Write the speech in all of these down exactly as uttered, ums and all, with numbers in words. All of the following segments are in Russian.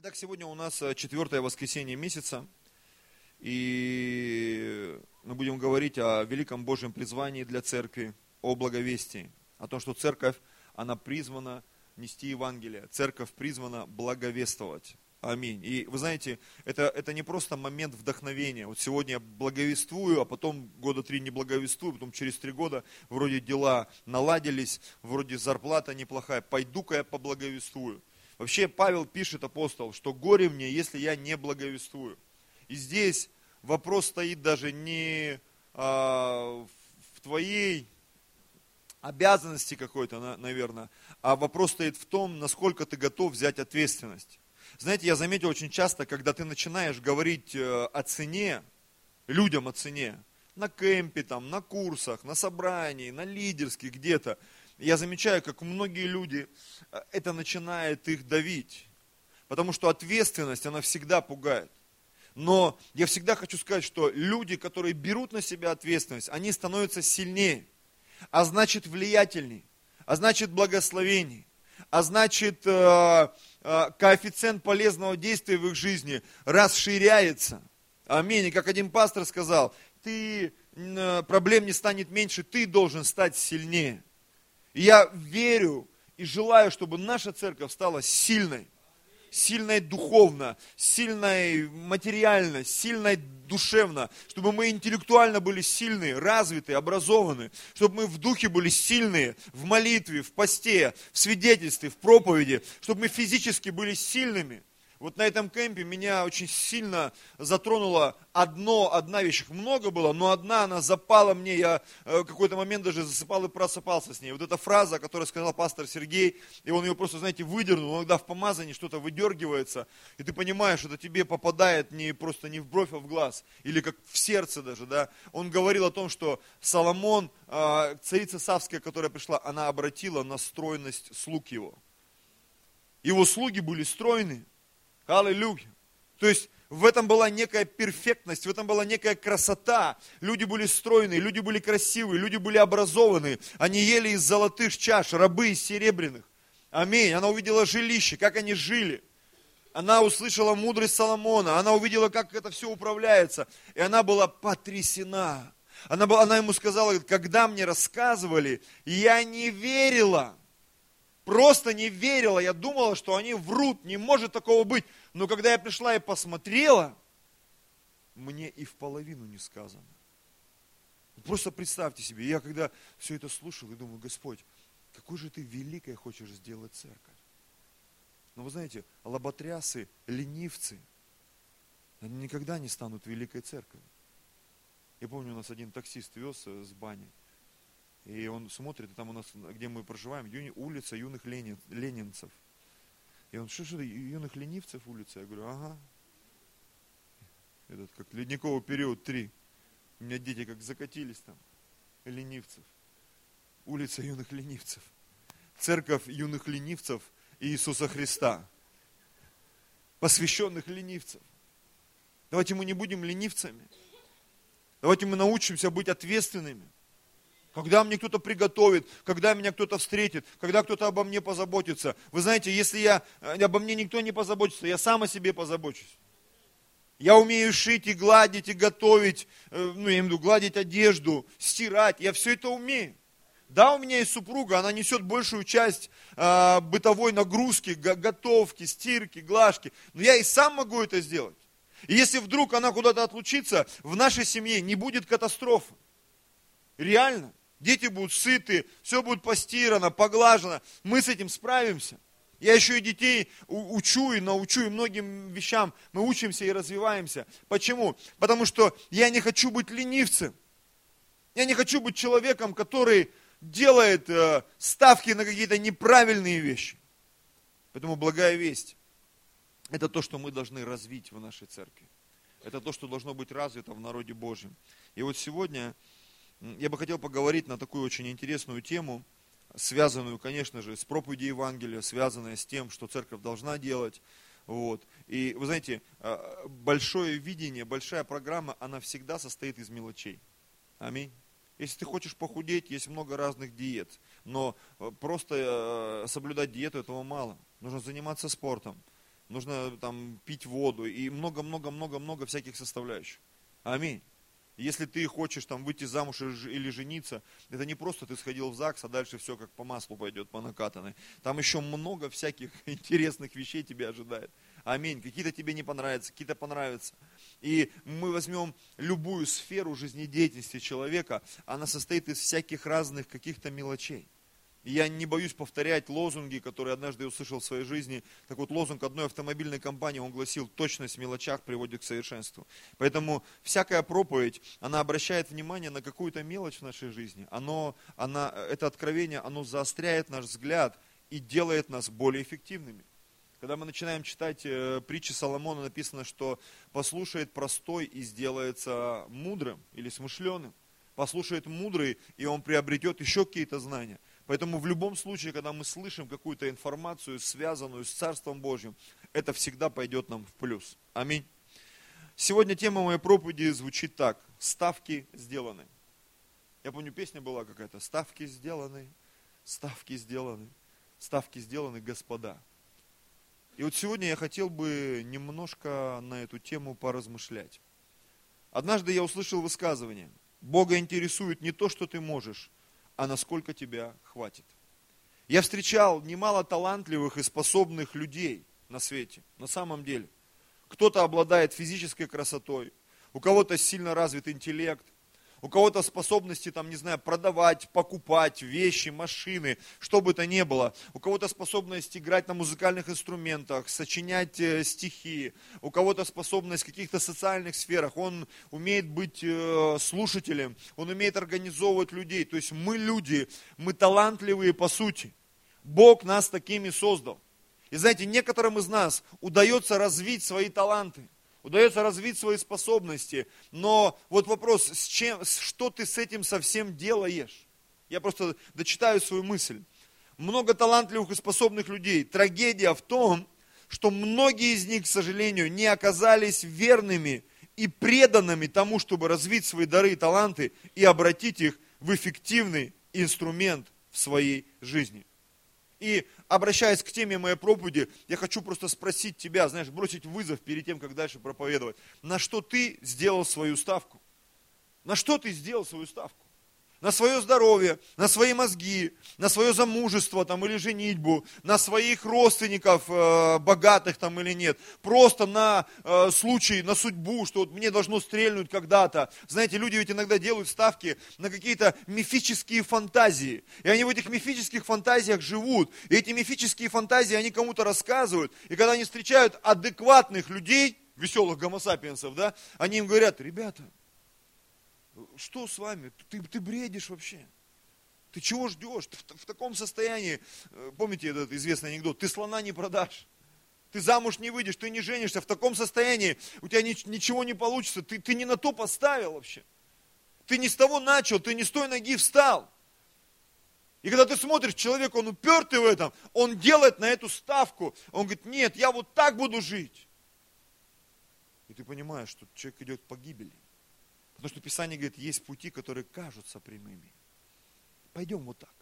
Итак, сегодня у нас четвертое воскресенье месяца, и мы будем говорить о великом Божьем призвании для церкви, о благовестии, о том, что церковь, она призвана нести Евангелие, церковь призвана благовествовать. Аминь. И вы знаете, это, это не просто момент вдохновения. Вот сегодня я благовествую, а потом года три не благовествую, потом через три года вроде дела наладились, вроде зарплата неплохая, пойду-ка я поблаговествую. Вообще Павел пишет, апостол, что горе мне, если я не благовествую. И здесь вопрос стоит даже не а, в твоей обязанности какой-то, наверное, а вопрос стоит в том, насколько ты готов взять ответственность. Знаете, я заметил очень часто, когда ты начинаешь говорить о цене, людям о цене, на кемпе, там, на курсах, на собрании, на лидерских где-то, я замечаю, как многие люди, это начинает их давить. Потому что ответственность, она всегда пугает. Но я всегда хочу сказать, что люди, которые берут на себя ответственность, они становятся сильнее, а значит влиятельнее, а значит благословение, а значит э, э, коэффициент полезного действия в их жизни расширяется. Аминь. И как один пастор сказал, ты, э, проблем не станет меньше, ты должен стать сильнее. И я верю и желаю, чтобы наша церковь стала сильной. Сильной духовно, сильной материально, сильной душевно, чтобы мы интеллектуально были сильные, развитые, образованные, чтобы мы в духе были сильные, в молитве, в посте, в свидетельстве, в проповеди, чтобы мы физически были сильными. Вот на этом кемпе меня очень сильно затронула одно, одна вещь, их много было, но одна, она запала мне, я в какой-то момент даже засыпал и просыпался с ней. Вот эта фраза, которую сказал пастор Сергей, и он ее просто, знаете, выдернул, иногда в помазании что-то выдергивается, и ты понимаешь, что это тебе попадает не просто не в бровь, а в глаз, или как в сердце даже, да. Он говорил о том, что Соломон, царица Савская, которая пришла, она обратила на стройность слуг его. Его слуги были стройные. Аллилуйя. То есть в этом была некая перфектность, в этом была некая красота. Люди были стройные, люди были красивые, люди были образованные. Они ели из золотых чаш, рабы из серебряных. Аминь. Она увидела жилище, как они жили. Она услышала мудрость Соломона, она увидела, как это все управляется. И она была потрясена. Она, была, она ему сказала, когда мне рассказывали, я не верила. Просто не верила, я думала, что они врут, не может такого быть. Но когда я пришла и посмотрела, мне и в половину не сказано. Просто представьте себе, я когда все это слушал, и думаю, Господь, какой же ты великой хочешь сделать церковь. Но вы знаете, лоботрясы, ленивцы, они никогда не станут великой церковью. Я помню, у нас один таксист вез с бани. И он смотрит, и там у нас, где мы проживаем, юни, улица юных ленин, ленинцев. И он, что, что, юных ленивцев улица? Я говорю, ага. Этот, как ледниковый период три. У меня дети как закатились там, ленивцев. Улица юных ленивцев. Церковь юных ленивцев Иисуса Христа. Посвященных ленивцев. Давайте мы не будем ленивцами. Давайте мы научимся быть ответственными. Когда мне кто-то приготовит, когда меня кто-то встретит, когда кто-то обо мне позаботится. Вы знаете, если я, обо мне никто не позаботится, я сам о себе позабочусь. Я умею шить и гладить, и готовить, ну, я имею в виду, гладить одежду, стирать, я все это умею. Да, у меня есть супруга, она несет большую часть э, бытовой нагрузки, готовки, стирки, глажки, но я и сам могу это сделать. И если вдруг она куда-то отлучится, в нашей семье не будет катастрофы. Реально. Дети будут сыты, все будет постирано, поглажено. Мы с этим справимся. Я еще и детей учу и научу, и многим вещам мы учимся и развиваемся. Почему? Потому что я не хочу быть ленивцем. Я не хочу быть человеком, который делает э, ставки на какие-то неправильные вещи. Поэтому благая весть – это то, что мы должны развить в нашей церкви. Это то, что должно быть развито в народе Божьем. И вот сегодня я бы хотел поговорить на такую очень интересную тему, связанную, конечно же, с проповедью Евангелия, связанную с тем, что церковь должна делать. Вот. И вы знаете, большое видение, большая программа, она всегда состоит из мелочей. Аминь. Если ты хочешь похудеть, есть много разных диет, но просто соблюдать диету этого мало. Нужно заниматься спортом, нужно там пить воду и много-много-много-много всяких составляющих. Аминь. Если ты хочешь там выйти замуж или жениться, это не просто ты сходил в ЗАГС, а дальше все как по маслу пойдет, по накатанной. Там еще много всяких интересных вещей тебя ожидает. Аминь. Какие-то тебе не понравятся, какие-то понравятся. И мы возьмем любую сферу жизнедеятельности человека, она состоит из всяких разных каких-то мелочей. И я не боюсь повторять лозунги, которые однажды я услышал в своей жизни. Так вот, лозунг одной автомобильной компании, он гласил: точность в мелочах приводит к совершенству. Поэтому всякая проповедь, она обращает внимание на какую-то мелочь в нашей жизни. Оно, она, это откровение, оно заостряет наш взгляд и делает нас более эффективными. Когда мы начинаем читать э, притчи Соломона, написано, что послушает простой и сделается мудрым или смышленым. Послушает мудрый, и он приобретет еще какие-то знания. Поэтому в любом случае, когда мы слышим какую-то информацию, связанную с Царством Божьим, это всегда пойдет нам в плюс. Аминь. Сегодня тема моей проповеди звучит так: ставки сделаны. Я помню, песня была какая-то: ставки сделаны, ставки сделаны, ставки сделаны, господа. И вот сегодня я хотел бы немножко на эту тему поразмышлять. Однажды я услышал высказывание: Бога интересует не то, что ты можешь, а насколько тебя хватит. Я встречал немало талантливых и способных людей на свете, на самом деле. Кто-то обладает физической красотой, у кого-то сильно развит интеллект, у кого-то способности, там, не знаю, продавать, покупать вещи, машины, что бы то ни было. У кого-то способность играть на музыкальных инструментах, сочинять э, стихи. У кого-то способность в каких-то социальных сферах. Он умеет быть э, слушателем, он умеет организовывать людей. То есть мы люди, мы талантливые по сути. Бог нас такими создал. И знаете, некоторым из нас удается развить свои таланты. Удается развить свои способности, но вот вопрос, с чем, что ты с этим совсем делаешь? Я просто дочитаю свою мысль. Много талантливых и способных людей. Трагедия в том, что многие из них, к сожалению, не оказались верными и преданными тому, чтобы развить свои дары и таланты и обратить их в эффективный инструмент в своей жизни. И обращаясь к теме моей проповеди, я хочу просто спросить тебя, знаешь, бросить вызов перед тем, как дальше проповедовать. На что ты сделал свою ставку? На что ты сделал свою ставку? На свое здоровье, на свои мозги, на свое замужество там, или женитьбу, на своих родственников, э, богатых там или нет. Просто на э, случай, на судьбу, что вот мне должно стрельнуть когда-то. Знаете, люди ведь иногда делают ставки на какие-то мифические фантазии. И они в этих мифических фантазиях живут. И эти мифические фантазии они кому-то рассказывают. И когда они встречают адекватных людей, веселых гомосапиенсов, да, они им говорят: ребята, что с вами? Ты, ты бредишь вообще. Ты чего ждешь? Ты в, в таком состоянии, помните этот известный анекдот, ты слона не продашь. Ты замуж не выйдешь, ты не женишься. В таком состоянии у тебя ни, ничего не получится. Ты, ты не на то поставил вообще. Ты не с того начал, ты не с той ноги встал. И когда ты смотришь, человек, он упертый в этом, он делает на эту ставку. Он говорит: нет, я вот так буду жить. И ты понимаешь, что человек идет к погибели. Потому что Писание говорит, есть пути, которые кажутся прямыми. Пойдем вот так.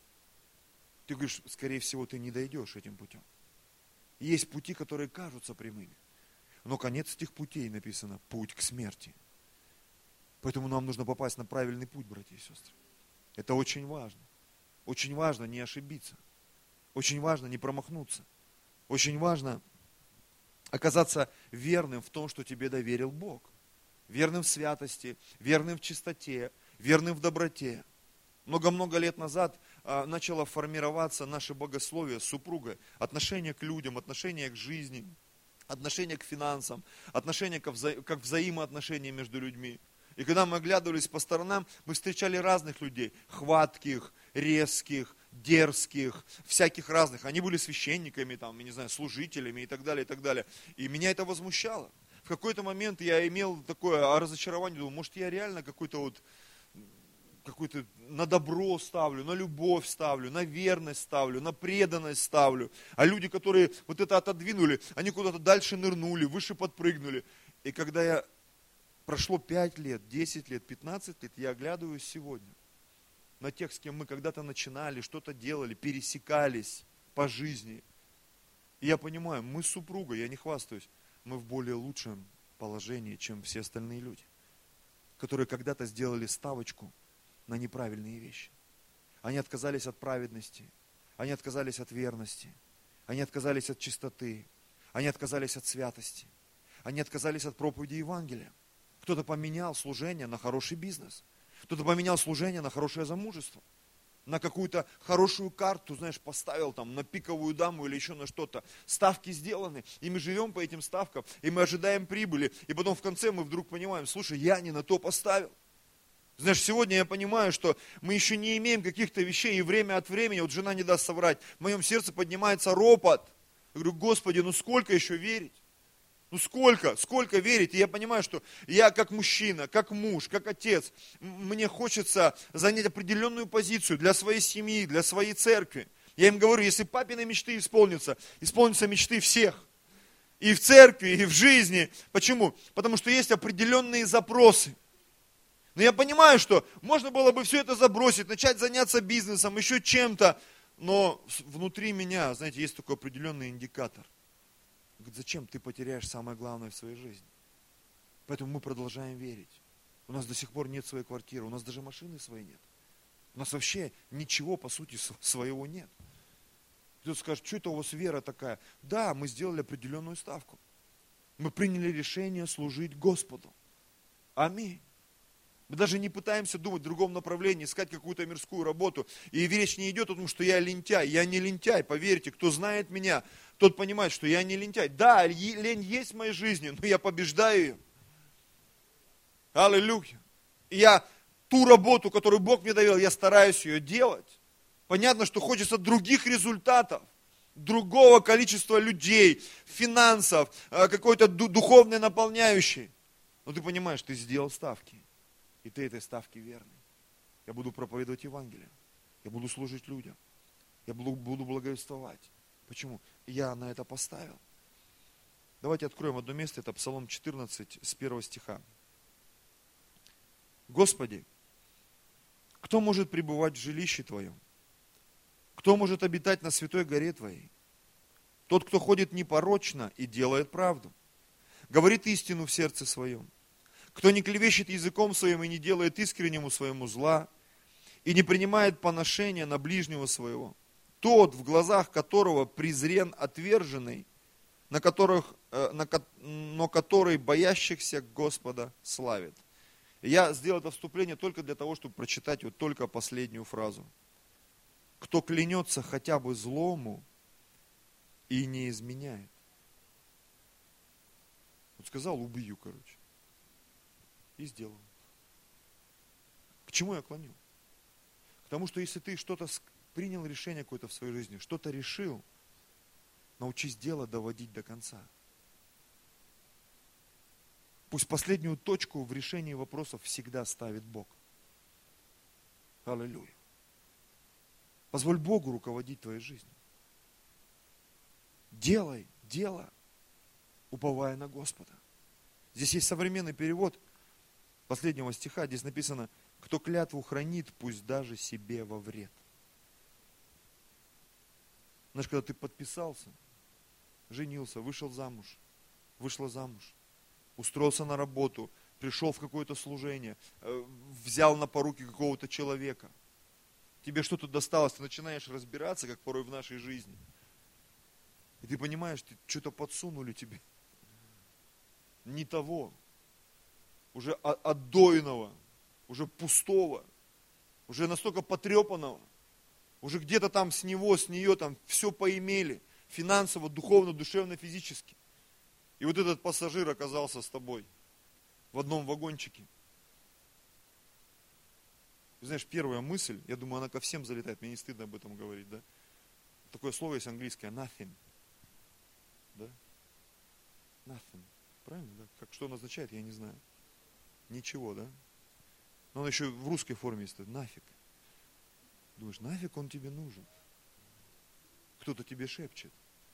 Ты говоришь, скорее всего, ты не дойдешь этим путем. Есть пути, которые кажутся прямыми. Но конец этих путей написано: путь к смерти. Поэтому нам нужно попасть на правильный путь, братья и сестры. Это очень важно. Очень важно не ошибиться. Очень важно не промахнуться. Очень важно оказаться верным в том, что тебе доверил Бог. Верным в святости, верным в чистоте, верным в доброте. Много-много лет назад а, начало формироваться наше богословие с супругой. Отношение к людям, отношение к жизни, отношение к финансам, отношение к, вза... как взаимоотношения между людьми. И когда мы оглядывались по сторонам, мы встречали разных людей. Хватких, резких, дерзких, всяких разных. Они были священниками, там, я не знаю, служителями и так далее, и так далее. И меня это возмущало. В какой-то момент я имел такое разочарование, думал, может, я реально какой-то вот, какой-то на добро ставлю, на любовь ставлю, на верность ставлю, на преданность ставлю. А люди, которые вот это отодвинули, они куда-то дальше нырнули, выше подпрыгнули. И когда я, прошло пять лет, десять лет, пятнадцать лет, я оглядываюсь сегодня на тех, с кем мы когда-то начинали, что-то делали, пересекались по жизни. И И я понимаю, мы с супругой, я не хвастаюсь, мы в более лучшем положении, чем все остальные люди, которые когда-то сделали ставочку на неправильные вещи. Они отказались от праведности, они отказались от верности, они отказались от чистоты, они отказались от святости, они отказались от проповеди Евангелия. Кто-то поменял служение на хороший бизнес, кто-то поменял служение на хорошее замужество, на какую-то хорошую карту, знаешь, поставил там на пиковую даму или еще на что-то. Ставки сделаны, и мы живем по этим ставкам, и мы ожидаем прибыли, и потом в конце мы вдруг понимаем, слушай, я не на то поставил. Знаешь, сегодня я понимаю, что мы еще не имеем каких-то вещей, и время от времени, вот жена не даст соврать, в моем сердце поднимается ропот. Я говорю, Господи, ну сколько еще верить? Ну сколько, сколько верить? И я понимаю, что я как мужчина, как муж, как отец, мне хочется занять определенную позицию для своей семьи, для своей церкви. Я им говорю, если папины мечты исполнятся, исполнятся мечты всех. И в церкви, и в жизни. Почему? Потому что есть определенные запросы. Но я понимаю, что можно было бы все это забросить, начать заняться бизнесом, еще чем-то. Но внутри меня, знаете, есть такой определенный индикатор. Говорит, зачем ты потеряешь самое главное в своей жизни? Поэтому мы продолжаем верить. У нас до сих пор нет своей квартиры, у нас даже машины своей нет. У нас вообще ничего, по сути, своего нет. Кто-то скажет, что это у вас вера такая? Да, мы сделали определенную ставку. Мы приняли решение служить Господу. Аминь. Мы даже не пытаемся думать в другом направлении, искать какую-то мирскую работу. И речь не идет о том, что я лентяй. Я не лентяй, поверьте. Кто знает меня, тот понимает, что я не лентяй. Да, лень есть в моей жизни, но я побеждаю ее. Аллилуйя. И я ту работу, которую Бог мне доверил, я стараюсь ее делать. Понятно, что хочется других результатов, другого количества людей, финансов, какой-то духовной наполняющей. Но ты понимаешь, ты сделал ставки. И ты этой ставке верный. Я буду проповедовать Евангелие. Я буду служить людям. Я буду, буду благовествовать. Почему? Я на это поставил. Давайте откроем одно место. Это Псалом четырнадцать с первого стиха. Господи, кто может пребывать в жилище Твоем? Кто может обитать на святой горе Твоей? Тот, кто ходит непорочно и делает правду. Говорит истину в сердце своем. Кто не клевещет языком своим и не делает искреннему своему зла, и не принимает поношения на ближнего своего, тот, в глазах которого презрен отверженный, на которых, на, но который боящихся Господа славит. Я сделал это вступление только для того, чтобы прочитать вот только последнюю фразу. Кто клянется хотя бы злому и не изменяет. Вот сказал, убью, короче. И сделал. К чему я клоню? К тому, что если ты что-то принял решение какое-то в своей жизни, что-то решил, научись дело доводить до конца. Пусть последнюю точку в решении вопросов всегда ставит Бог. Аллилуйя. Позволь Богу руководить твоей жизнью. Делай дело, уповая на Господа. Здесь есть современный перевод последнего стиха, здесь написано, кто клятву хранит, пусть даже себе во вред. Знаешь, когда ты подписался, женился, вышел замуж, вышла замуж, устроился на работу, пришел в какое-то служение, взял на поруки какого-то человека, тебе что-то досталось, ты начинаешь разбираться, как порой в нашей жизни. И ты понимаешь, ты что-то подсунули тебе. Не того. Уже отдойного, уже пустого, уже настолько потрепанного, уже где-то там с него, с нее там все поимели, финансово, духовно, душевно, физически. И вот этот пассажир оказался с тобой в одном вагончике. Ты знаешь, первая мысль, я думаю, она ко всем залетает, мне не стыдно об этом говорить, да? Такое слово есть английское, nothing. Да? Nothing. Правильно, да? Как, что он означает, я не знаю. Ничего, да? Но он еще в русской форме есть, нафиг. Думаешь, нафиг он тебе нужен? Кто-то тебе шепчет.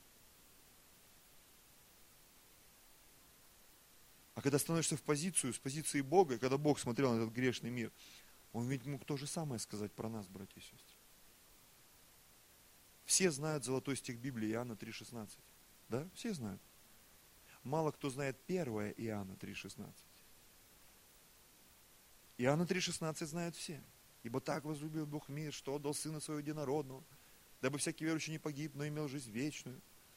А когда становишься в позицию, с позиции Бога, и когда Бог смотрел на этот грешный мир, Он ведь мог то же самое сказать про нас, братья и сестры. Все знают золотой стих Библии, Иоанна три шестнадцать. Да? Все знают. Мало кто знает первое Иоанна три шестнадцать. Иоанна три шестнадцать знают все. Ибо так возлюбил Бог мир, что отдал Сына Своего Единородного, дабы всякий верующий не погиб, но имел жизнь вечную.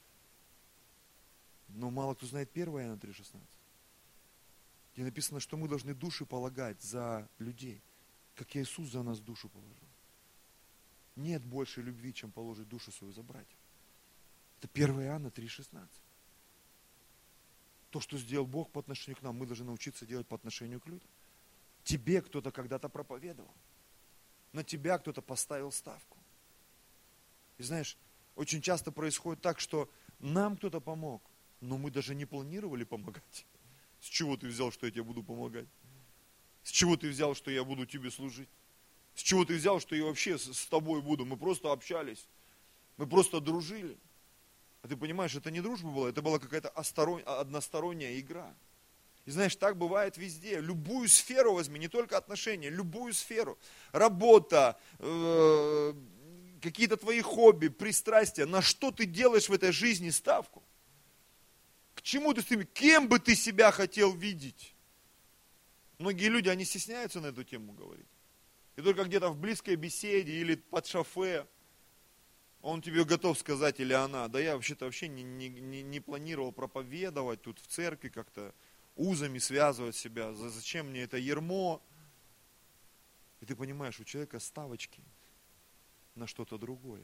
Но мало кто знает первое Иоанна три шестнадцать. Где написано, что мы должны души полагать за людей, как Иисус за нас душу положил. Нет большей любви, чем положить душу свою за братьев. Это первое Иоанна три шестнадцать. То, что сделал Бог по отношению к нам, мы должны научиться делать по отношению к людям. Тебе кто-то когда-то проповедовал. На тебя кто-то поставил ставку. И знаешь, очень часто происходит так, что нам кто-то помог, но мы даже не планировали помогать. С чего ты взял, что я тебе буду помогать? С чего ты взял, что я буду тебе служить? С чего ты взял, что я вообще с, с тобой буду? Мы просто общались. Мы просто дружили. А ты понимаешь, это не дружба была, это была какая-то односторонняя игра. И знаешь, так бывает везде. Любую сферу возьми, не только отношения, любую сферу. Работа, э, какие-то твои хобби, пристрастия. На что ты делаешь в этой жизни ставку? К чему ты стремишься? Кем бы ты себя хотел видеть? Многие люди, они стесняются на эту тему говорить. И только где-то в близкой беседе или под шофе он тебе готов сказать, или она, да я вообще-то вообще не, не, не, не планировал проповедовать тут в церкви как-то, узами связывать себя, зачем мне это ярмо? И ты понимаешь, у человека ставочки на что-то другое.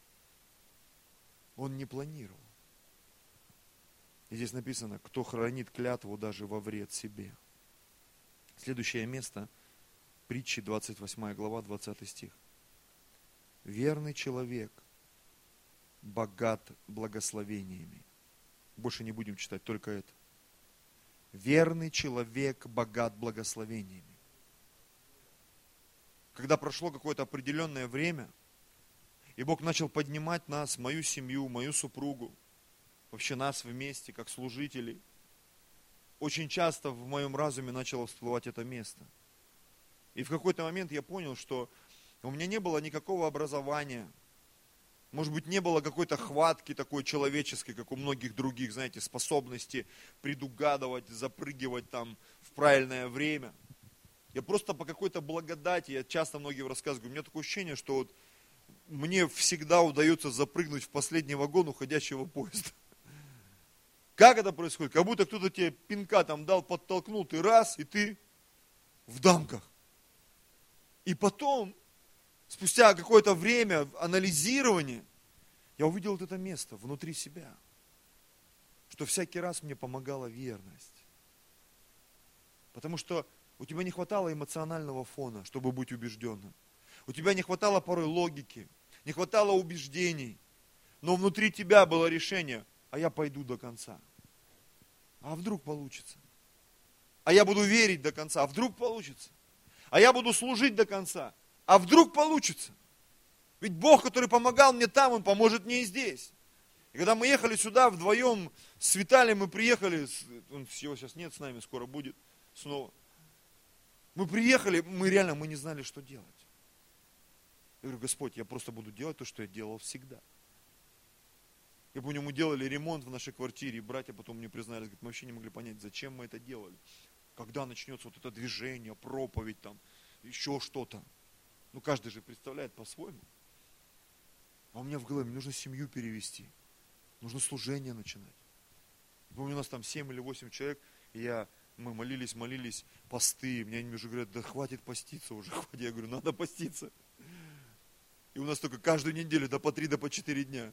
Он не планировал. И здесь написано, кто хранит клятву даже во вред себе. Следующее место, притчи, двадцать восьмая глава, двадцатый стих. Верный человек богат благословениями. Больше не будем читать, только это. Верный человек богат благословениями. Когда прошло какое-то определенное время, и Бог начал поднимать нас, мою семью, мою супругу, вообще нас вместе, как служителей, очень часто в моем разуме начало всплывать это место. И в какой-то момент я понял, что у меня не было никакого образования, может быть, не было какой-то хватки такой человеческой, как у многих других, знаете, способности предугадывать, запрыгивать там в правильное время. Я просто по какой-то благодати, я часто многим рассказываю, у меня такое ощущение, что вот мне всегда удается запрыгнуть в последний вагон уходящего поезда. Как это происходит? Как будто кто-то тебе пинка там дал, подтолкнул, ты раз, и ты в дамках. И потом, спустя какое-то время анализирования, я увидел вот это место внутри себя, что всякий раз мне помогала верность. Потому что у тебя не хватало эмоционального фона, чтобы быть убежденным. У тебя не хватало порой логики, не хватало убеждений. Но внутри тебя было решение, а я пойду до конца. А вдруг получится? А я буду верить до конца, а вдруг получится? А я буду служить до конца, а вдруг получится? Ведь Бог, который помогал мне там, Он поможет мне и здесь. И когда мы ехали сюда вдвоем с Виталием, мы приехали, его сейчас нет с нами, скоро будет снова. Мы приехали, мы реально, мы не знали, что делать. Я говорю, Господь, я просто буду делать то, что я делал всегда. Я помню, мы делали ремонт в нашей квартире, и братья потом мне признались, говорят, мы вообще не могли понять, зачем мы это делали. Когда начнется вот это движение, проповедь там, еще что-то. Ну, каждый же представляет по-своему. А у меня в голове, мне нужно семью перевести, нужно служение начинать. Я помню, у нас там семь или восемь человек, и я, мы молились, молились, посты, мне они уже говорят, да хватит поститься уже, хватит. Я говорю, надо поститься. И у нас только каждую неделю, да по три, да по четыре дня.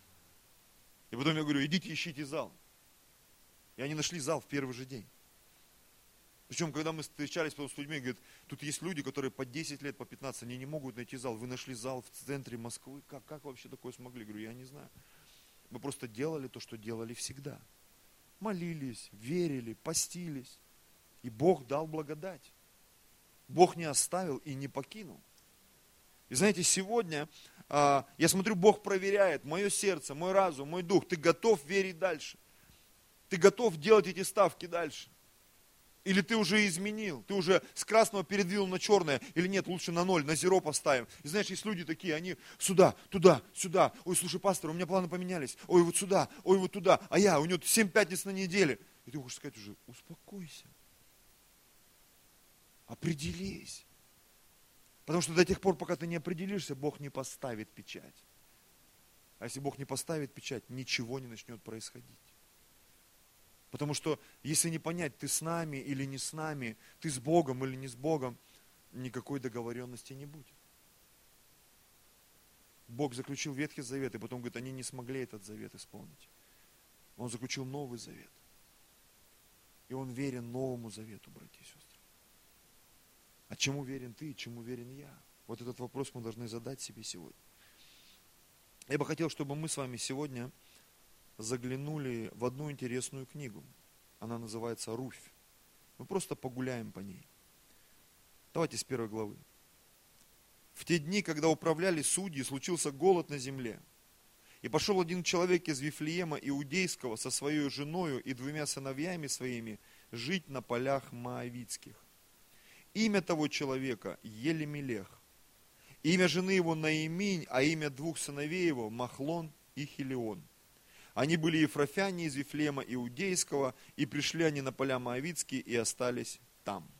И потом я говорю, идите ищите зал. И они нашли зал в первый же день. Причем, когда мы встречались потом с людьми, говорят, тут есть люди, которые по десять лет, по пятнадцать, они не могут найти зал. Вы нашли зал в центре Москвы. Как, как вообще такое смогли? Говорю, я не знаю. Мы просто делали то, что делали всегда. Молились, верили, постились. И Бог дал благодать. Бог не оставил и не покинул. И знаете, сегодня, а, я смотрю, Бог проверяет мое сердце, мой разум, мой дух. Ты готов верить дальше? Ты готов делать эти ставки дальше? Или ты уже изменил, ты уже с красного передвинул на черное, или нет, лучше на ноль, на зеро поставим. И знаешь, есть люди такие, они сюда, туда, сюда. Ой, слушай, пастор, у меня планы поменялись. Ой, вот сюда, ой, вот туда. А я, у него семь пятниц на неделе. И ты хочешь сказать уже, успокойся. Определись. Потому что до тех пор, пока ты не определишься, Бог не поставит печать. А если Бог не поставит печать, ничего не начнет происходить. Потому что, если не понять, ты с нами или не с нами, ты с Богом или не с Богом, никакой договоренности не будет. Бог заключил Ветхий Завет, и потом говорит, они не смогли этот завет исполнить. Он заключил Новый Завет. И он верен Новому Завету, братья и сестры. А чему верен ты, чему верен я? Вот этот вопрос мы должны задать себе сегодня. Я бы хотел, чтобы мы с вами сегодня заглянули в одну интересную книгу. Она называется «Руфь». Мы просто погуляем по ней. Давайте с первой главы. В те дни, когда управляли судьи, случился голод на земле. И пошел один человек из Вифлеема Иудейского со своей женою и двумя сыновьями своими жить на полях Моавитских. Имя того человека Елемелех. Имя жены его Наиминь, а имя двух сыновей его Махлон и Хилион. Они были ефрафяне из Вифлеема Иудейского, и пришли они на поля Моавитские и остались там.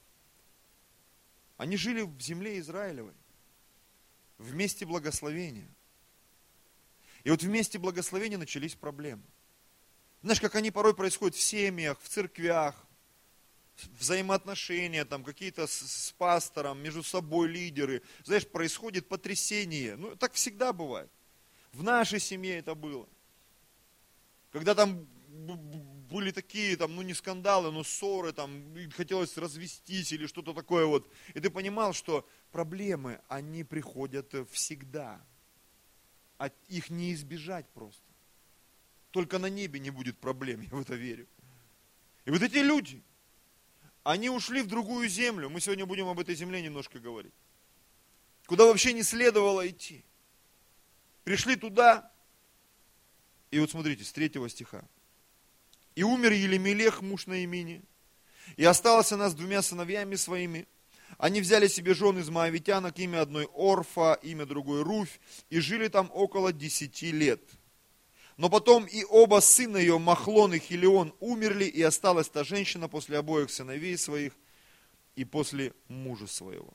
Они жили в земле Израилевой, в месте благословения. И вот в месте благословения начались проблемы. Знаешь, как они порой происходят в семьях, в церквях, взаимоотношения, там, какие-то с, с пастором, между собой лидеры. Знаешь, происходит потрясение. Ну, так всегда бывает. В нашей семье это было. Когда там были такие, там, ну не скандалы, но ссоры, там, хотелось развестись или что-то такое вот. И ты понимал, что проблемы, они приходят всегда. А их не избежать просто. Только на небе не будет проблем, я в это верю. И вот эти люди, они ушли в другую землю. Мы сегодня будем об этой земле немножко говорить. Куда вообще не следовало идти. Пришли туда. И вот смотрите, с третьего стиха. «И умер Елемелех, муж Наимини, и осталась она с двумя сыновьями своими. Они взяли себе жен из моавитянок, имя одной Орфа, имя другой Руфь, и жили там около десяти лет. Но потом и оба сына ее, Махлон и Хилион, умерли, и осталась та женщина после обоих сыновей своих и после мужа своего».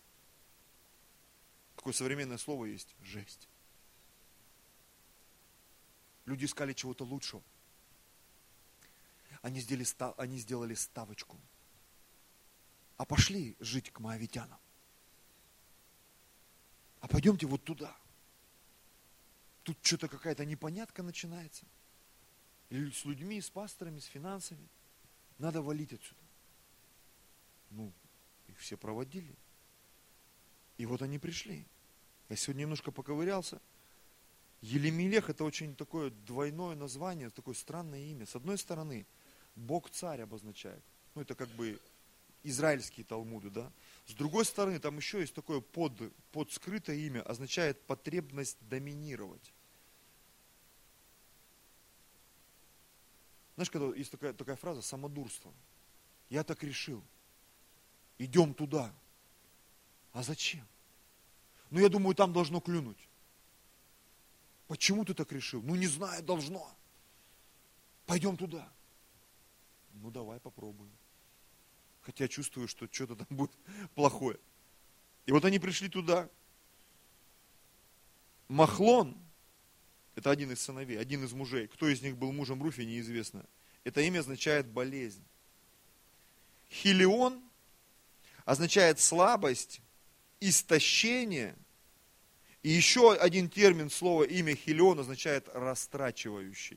Такое современное слово есть – жесть. Люди искали чего-то лучшего. Они сделали, они сделали ставочку. А пошли жить к моавитянам. А пойдемте вот туда. Тут что-то какая-то непонятка начинается. Или с людьми, с пасторами, с финансами. Надо валить отсюда. Ну, их все проводили. И вот они пришли. Я сегодня немножко поковырялся. Елемелех – это очень такое двойное название, такое странное имя. С одной стороны, Бог-царь обозначает. Ну, это как бы израильские талмуды, да. С другой стороны, там еще есть такое под, подскрытое имя, означает потребность доминировать. Знаешь, когда есть такая, такая фраза «самодурство». Я так решил. Идем туда. А зачем? Ну, я думаю, там должно клюнуть. Почему ты так решил? Ну, не знаю, должно. Пойдем туда. Ну, давай попробуем. Хотя чувствую, что что-то там будет плохое. И вот они пришли туда. Махлон, это один из сыновей, один из мужей. Кто из них был мужем Руфи, неизвестно. Это имя означает болезнь. Хилион означает слабость, истощение. И еще один термин, слово, имя Хилион означает растрачивающий.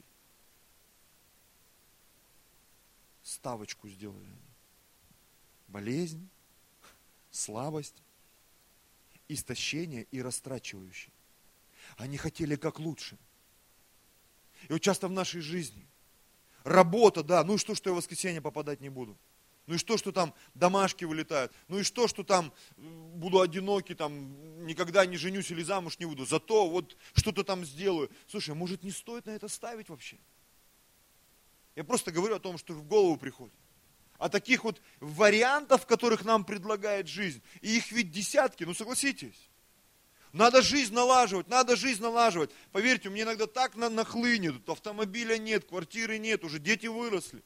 Ставочку сделали они. Болезнь, слабость, истощение и растрачивающий. Они хотели как лучше. И вот часто в нашей жизни работа, да, ну и что, что я в воскресенье попадать не буду? Ну и что, что там домашки вылетают? Ну и что, что там буду одинокий, там никогда не женюсь или замуж не буду? Зато вот что-то там сделаю. Слушай, может не стоит на это ставить вообще? Я просто говорю о том, что в голову приходит. А таких вот вариантов, которых нам предлагает жизнь, и их ведь десятки, ну согласитесь. Надо жизнь налаживать, надо жизнь налаживать. Поверьте, мне иногда так на- нахлынет, автомобиля нет, квартиры нет, уже дети выросли.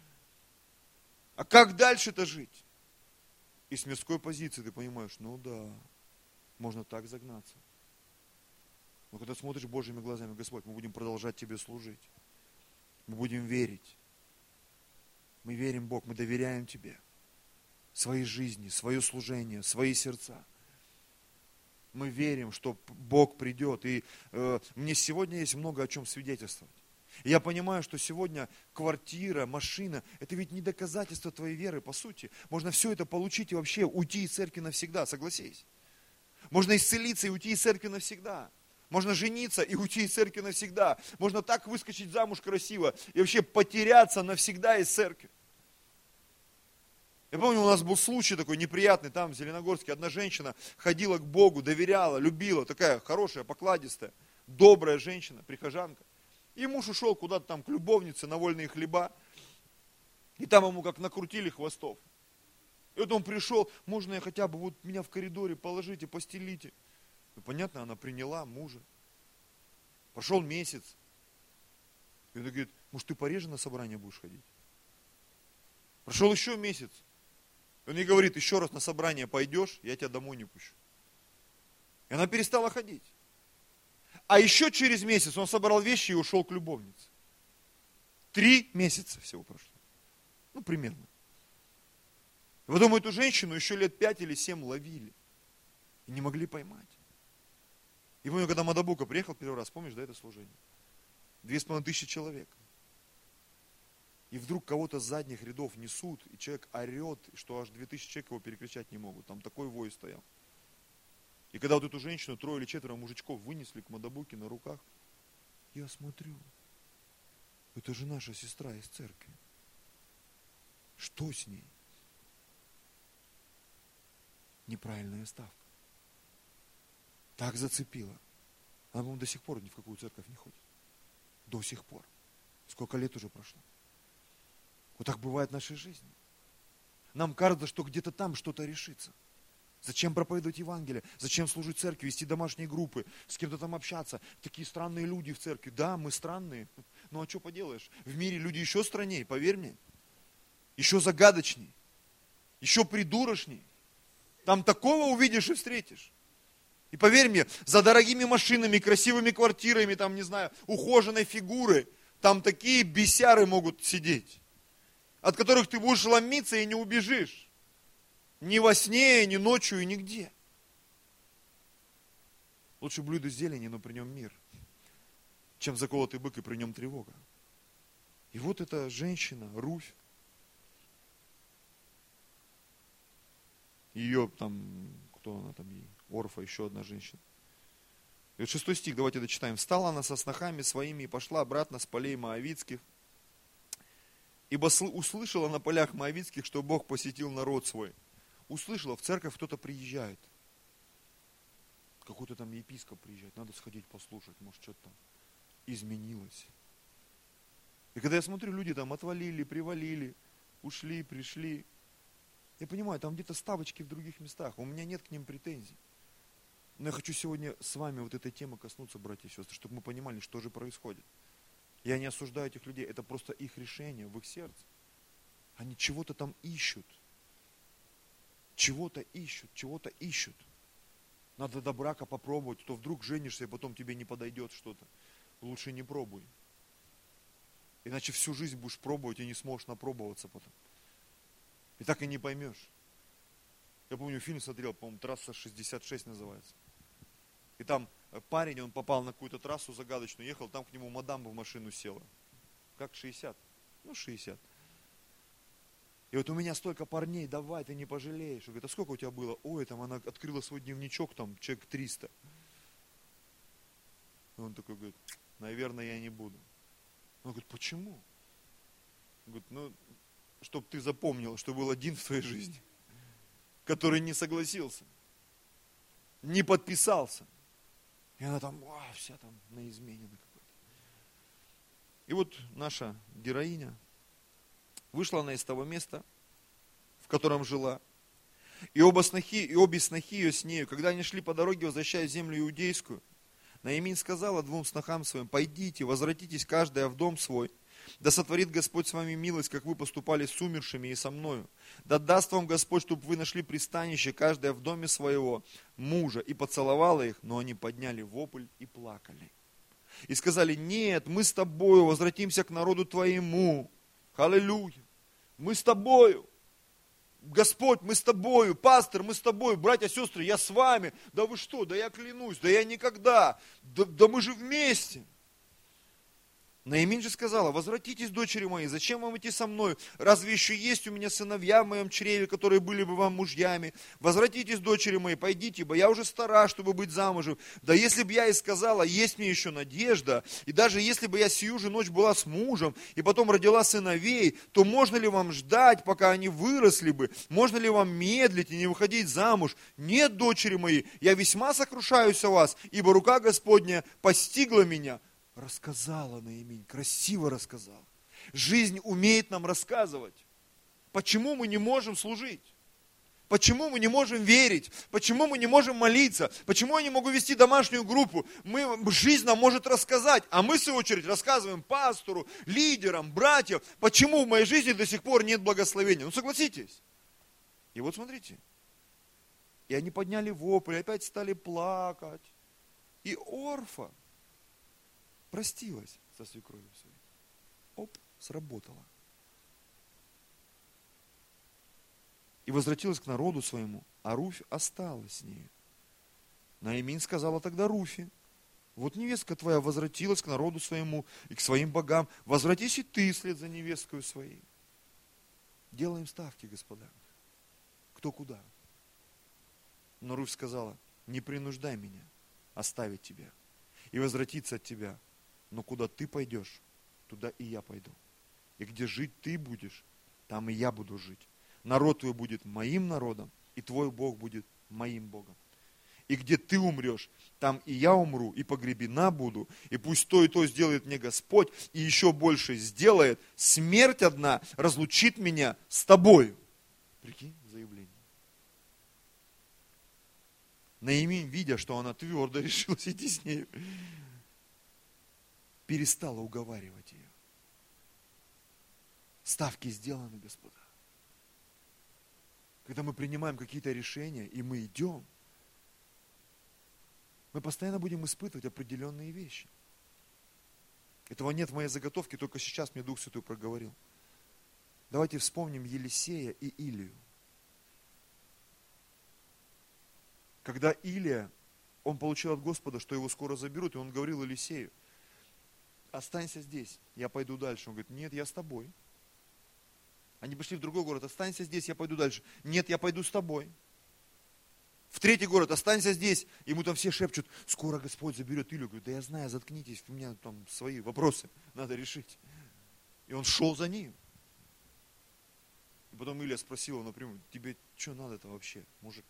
А как дальше-то жить? И с мирской позиции ты понимаешь, ну да, можно так загнаться. Но когда смотришь Божьими глазами, Господь, мы будем продолжать Тебе служить. Мы будем верить. Мы верим, Бог, мы доверяем Тебе. Своей жизни, свое служение, свои сердца. Мы верим, что Бог придет. И э, мне сегодня есть много о чем свидетельствовать. И я понимаю, что сегодня квартира, машина, это ведь не доказательство твоей веры, по сути. Можно все это получить и вообще уйти из церкви навсегда, согласись. Можно исцелиться и уйти из церкви навсегда. Можно жениться и уйти из церкви навсегда. Можно так выскочить замуж красиво и вообще потеряться навсегда из церкви. Я помню, у нас был случай такой неприятный, там в Зеленогорске одна женщина ходила к Богу, доверяла, любила, такая хорошая, покладистая, добрая женщина, прихожанка. И муж ушел куда-то там к любовнице на вольные хлеба, и там ему как накрутили хвостов. И вот он пришел, можно я хотя бы вот меня в коридоре положите, постелите. Ну, понятно, она приняла мужа. Прошел месяц. И он говорит, может, ты пореже на собрание будешь ходить? Прошел еще месяц. И он ей говорит, еще раз на собрание пойдешь, я тебя домой не пущу. И она перестала ходить. А еще через месяц он собрал вещи и ушел к любовнице. Три месяца всего прошло. Ну, примерно. И потом эту женщину еще лет пять или семь ловили. И не могли поймать. И помню, когда Мадабука приехал первый раз, помнишь, да, это служение? Две с половиной тысячи человек. И вдруг кого-то с задних рядов несут, и человек орет, что аж две тысячи человек его перекричать не могут. Там такой вой стоял. И когда вот эту женщину, трое или четверо мужичков вынесли к Мадабуке на руках, я смотрю, это же наша сестра из церкви. Что с ней? Неправильная ставка. Так зацепила. Она, по-моему, до сих пор ни в какую церковь не ходит. До сих пор. Сколько лет уже прошло. Вот так бывает в нашей жизни. Нам кажется, что где-то там что-то решится. Зачем проповедовать Евангелие? Зачем служить церкви, вести домашние группы, с кем-то там общаться? Такие странные люди в церкви. Да, мы странные. Ну а что поделаешь? В мире люди еще страннее, поверь мне. Еще загадочней. Еще придурочней. Там такого увидишь и встретишь. И поверь мне, за дорогими машинами, красивыми квартирами, там, не знаю, ухоженной фигурой, там такие бесяры могут сидеть, от которых ты будешь ломиться и не убежишь. Ни во сне, ни ночью, и нигде. Лучше блюдо зелени, но при нем мир, чем заколотый бык и при нем тревога. И вот эта женщина, Руфь, ее там, кто она там, Орфа, еще одна женщина. И вот шестой стих, давайте дочитаем. «Встала она со снохами своими и пошла обратно с полей Моавитских, ибо услышала на полях Моавитских, что Бог посетил народ свой». Услышала, в церковь кто-то приезжает. Какой-то там епископ приезжает, надо сходить послушать, может что-то там изменилось. И когда я смотрю, люди там отвалили, привалили, ушли, пришли. Я понимаю, там где-то ставочки в других местах, у меня нет к ним претензий. Но я хочу сегодня с вами вот этой темы коснуться, братья и сестры, чтобы мы понимали, что же происходит. Я не осуждаю этих людей, это просто их решение в их сердце. Они чего-то там ищут. Чего-то ищут, чего-то ищут. Надо до брака попробовать, то вдруг женишься, и потом тебе не подойдет что-то. Лучше не пробуй. Иначе всю жизнь будешь пробовать и не сможешь напробоваться потом. И так и не поймешь. Я помню, фильм смотрел, по-моему, «Трасса шестьдесят шесть» называется. И там парень, он попал на какую-то трассу загадочную, ехал, там к нему мадам в машину села. Как шестьдесят? Ну, шестьдесят. И вот у меня столько парней, давай, ты не пожалеешь. Он говорит, а сколько у тебя было? Ой, там она открыла свой дневничок, там, человек триста. И он такой говорит, наверное, я не буду. Он говорит, почему? Он говорит, ну, чтобы ты запомнил, что был один в твоей жизни, который не согласился, не подписался. И она там, о, вся там на измене на какой-то. И вот наша героиня, вышла она из того места, котором жила. И, оба снохи, и обе снохи ее с нею, когда они шли по дороге, возвращаясь в землю иудейскую, Наимин сказала двум снохам своим: пойдите, возвратитесь каждая в дом свой, да сотворит Господь с вами милость, как вы поступали с умершими и со мною. Да даст вам Господь, чтобы вы нашли пристанище, каждая в доме своего мужа. И поцеловала их, но они подняли вопль и плакали. И сказали: нет, мы с тобою возвратимся к народу твоему. Аллилуйя. Мы с тобою. Господь, мы с тобою, пастор, мы с тобою, братья, сестры, я с вами. Да вы что, да я клянусь, да я никогда, да, да мы же вместе. Наимин же сказала: возвратитесь, дочери мои, зачем вам идти со мной? Разве еще есть у меня сыновья в моем чреве, которые были бы вам мужьями? Возвратитесь, дочери мои, пойдите, ибо я уже стара, чтобы быть замужем. Да если бы я и сказала: есть мне еще надежда, и даже если бы я сию же ночь была с мужем, и потом родила сыновей, то можно ли вам ждать, пока они выросли бы? Можно ли вам медлить и не выходить замуж? Нет, дочери мои, я весьма сокрушаюсь о вас, ибо рука Господня постигла меня. Рассказала Наимин, красиво рассказала. Жизнь умеет нам рассказывать. Почему мы не можем служить? Почему мы не можем верить? Почему мы не можем молиться? Почему я не могу вести домашнюю группу? Мы, жизнь нам может рассказать, а мы, в свою очередь, рассказываем пастору, лидерам, братьям, почему в моей жизни до сих пор нет благословения. Ну, согласитесь. И вот смотрите. И они подняли вопль, опять стали плакать. И Орфа простилась со свекровью своей. Оп, сработало. И возвратилась к народу своему, а Руфь осталась с нею. Наимин сказала тогда Руфи: вот невестка твоя возвратилась к народу своему и к своим богам, возвратись и ты вслед за невесткой своей. Делаем ставки, господа. Кто куда. Но Руфь сказала: не принуждай меня оставить тебя и возвратиться от тебя. Но куда ты пойдешь, туда и я пойду. И где жить ты будешь, там и я буду жить. Народ твой будет моим народом, и твой Бог будет моим Богом. И где ты умрешь, там и я умру, и погребена буду. И пусть то и то сделает мне Господь, и еще больше сделает. Смерть одна разлучит меня с тобою. Прикинь, заявление. Наимин, видя, что она твердо решилась идти с нею, перестала уговаривать ее. Ставки сделаны, господа. Когда мы принимаем какие-то решения, и мы идем, мы постоянно будем испытывать определенные вещи. Этого нет в моей заготовке, только сейчас мне Дух Святой проговорил. Давайте вспомним Елисея и Илию. Когда Илия, он получил от Господа, что его скоро заберут, и он говорил Елисею: останься здесь, я пойду дальше. Он говорит: нет, я с тобой. Они пошли в другой город: останься здесь, я пойду дальше. Нет, я пойду с тобой. В третий город: останься здесь. Ему там все шепчут: скоро Господь заберет Илью. Говорит: да я знаю, заткнитесь, у меня там свои вопросы надо решить. И он шел за ним. И потом Илия спросил его напрямую: тебе что надо-то вообще, мужик?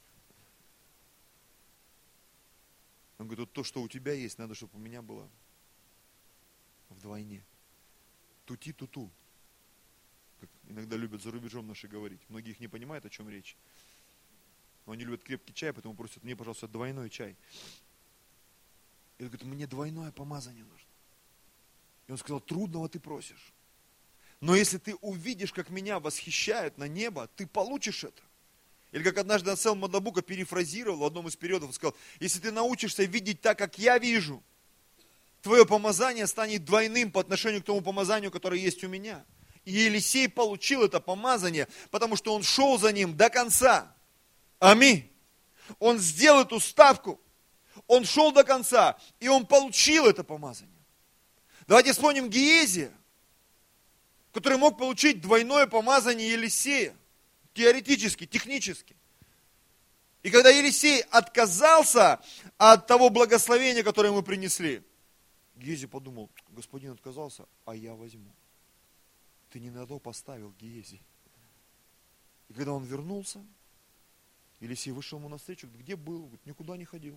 Он говорит: вот то, что у тебя есть, надо, чтобы у меня было вдвойне. Тути-туту. Как иногда любят за рубежом наши говорить. Многие их не понимают, о чем речь. Но они любят крепкий чай, поэтому просят: мне, пожалуйста, двойной чай. И он говорит: мне двойное помазание нужно. И он сказал: трудного ты просишь. Но если ты увидишь, как меня восхищают на небо, ты получишь это. Или как однажды Анселм Мадабука перефразировал в одном из периодов, он сказал: если ты научишься видеть так, как я вижу, твое помазание станет двойным по отношению к тому помазанию, которое есть у меня. И Елисей получил это помазание, потому что он шел за ним до конца. Аминь. Он сделал эту ставку, он шел до конца, и он получил это помазание. Давайте вспомним Гиезия, который мог получить двойное помазание Елисея. Теоретически, технически. И когда Елисей отказался от того благословения, которое ему принесли, Гиези подумал: господин отказался, а я возьму. Ты не на то поставил, Гиези. И когда он вернулся, Елисей вышел ему навстречу: где был? Говорит: никуда не ходил.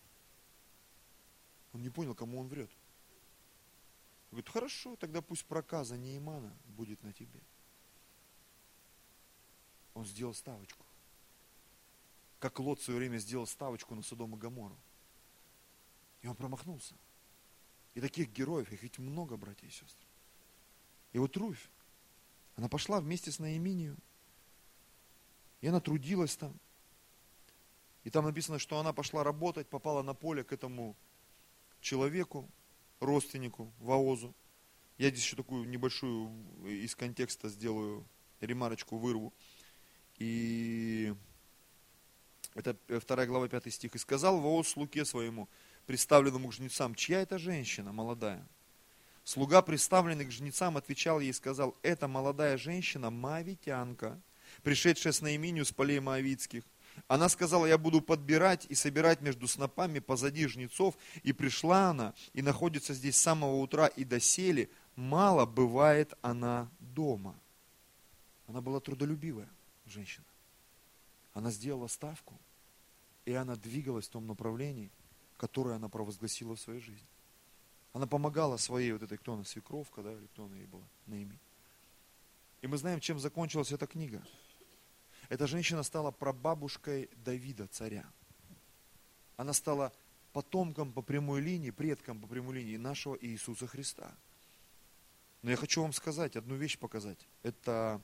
Он не понял, кому он врет. Говорит: хорошо, тогда пусть проказа Неимана будет на тебе. Он Он сделал ставочку. Как Лот в свое время сделал ставочку на Содом и Гоморру. И он промахнулся. И таких героев, их ведь много, братья и сестры. И вот Руфь, она пошла вместе с Наиминью. И она трудилась там. И там написано, что она пошла работать, попала на поле к этому человеку, родственнику, Воозу. Я здесь еще такую небольшую из контекста сделаю, ремарочку вырву. И это вторая глава, пятый стих. «И сказал Вооз слуге своему, представленному к жнецам, чья это женщина молодая? Слуга, представленный к жнецам, отвечал ей и сказал, это молодая женщина, моавитянка, пришедшая с Наиминью с полей моавитских. Она сказала, я буду подбирать и собирать между снопами позади жнецов. И пришла она, и находится здесь с самого утра и доселе. Мало бывает она дома». Она была трудолюбивая женщина. Она сделала ставку, и она двигалась в том направлении, которое она провозгласила в своей жизни. Она помогала своей вот этой, кто она, свекровка, да, или кто она ей была, Наими. И мы знаем, чем закончилась эта книга. Эта женщина стала прабабушкой Давида, царя. Она стала потомком по прямой линии, предком по прямой линии нашего Иисуса Христа. Но я хочу вам сказать, одну вещь показать. Это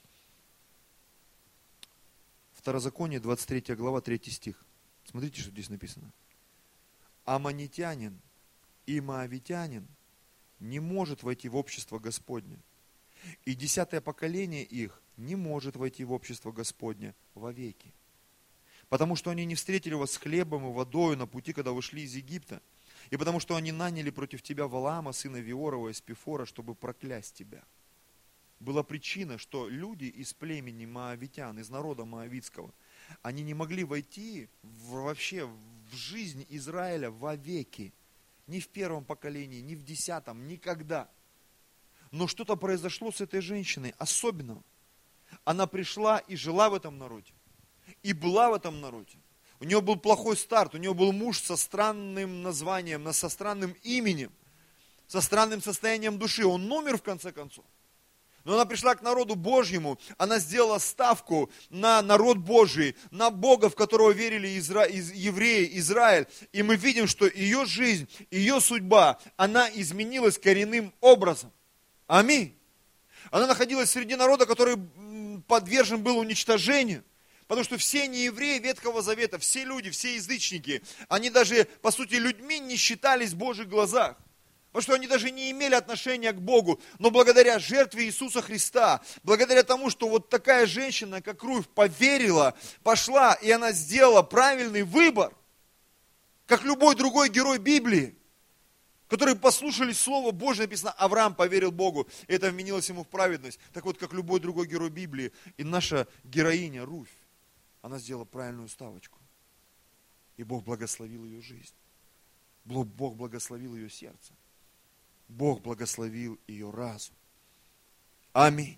Второзаконие, двадцать третья глава, третий стих. Смотрите, что здесь написано. Аммонитянин и моавитянин не может войти в общество Господне. И десятое поколение их не может войти в общество Господне вовеки. Потому что они не встретили вас с хлебом и водою на пути, когда вышли из Египта. И потому что они наняли против тебя Валаама, сына Виорова, из Пифора, чтобы проклясть тебя. Была причина, что люди из племени моавитян, из народа моавитского, они не могли войти в, вообще в жизнь Израиля вовеки. Ни в первом поколении, ни в десятом, никогда. Но что-то произошло с этой женщиной особенного. Она пришла и жила в этом народе. И была в этом народе. У нее был плохой старт, у нее был муж со странным названием, со странным именем, со странным состоянием души. Он умер в конце концов. Но она пришла к народу Божьему, она сделала ставку на народ Божий, на Бога, в которого верили изра... из... евреи, Израиль. И мы видим, что ее жизнь, ее судьба, она изменилась коренным образом. Аминь. Она находилась среди народа, который подвержен был уничтожению. Потому что все неевреи Ветхого Завета, все люди, все язычники, они даже, по сути, людьми не считались в Божьих глазах. Потому что они даже не имели отношения к Богу. Но благодаря жертве Иисуса Христа, благодаря тому, что вот такая женщина, как Руфь, поверила, пошла, и она сделала правильный выбор, как любой другой герой Библии, которые послушали Слово Божье, написано, Авраам поверил Богу, и это вменилось ему в праведность. Так вот, как любой другой герой Библии, и наша героиня Руфь, она сделала правильную ставочку. И Бог благословил ее жизнь. Бог благословил ее сердце. Бог благословил ее разум. Аминь.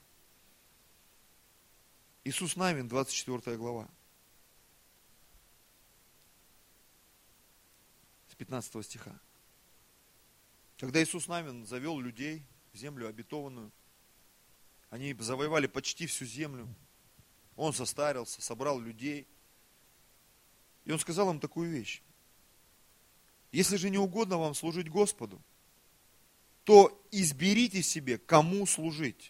Иисус Навин, двадцать четвёртая глава. С пятнадцатого стиха. Когда Иисус Навин завел людей в землю обетованную, они завоевали почти всю землю. Он состарился, собрал людей. И он сказал им такую вещь. Если же не угодно вам служить Господу, то изберите себе, кому служить.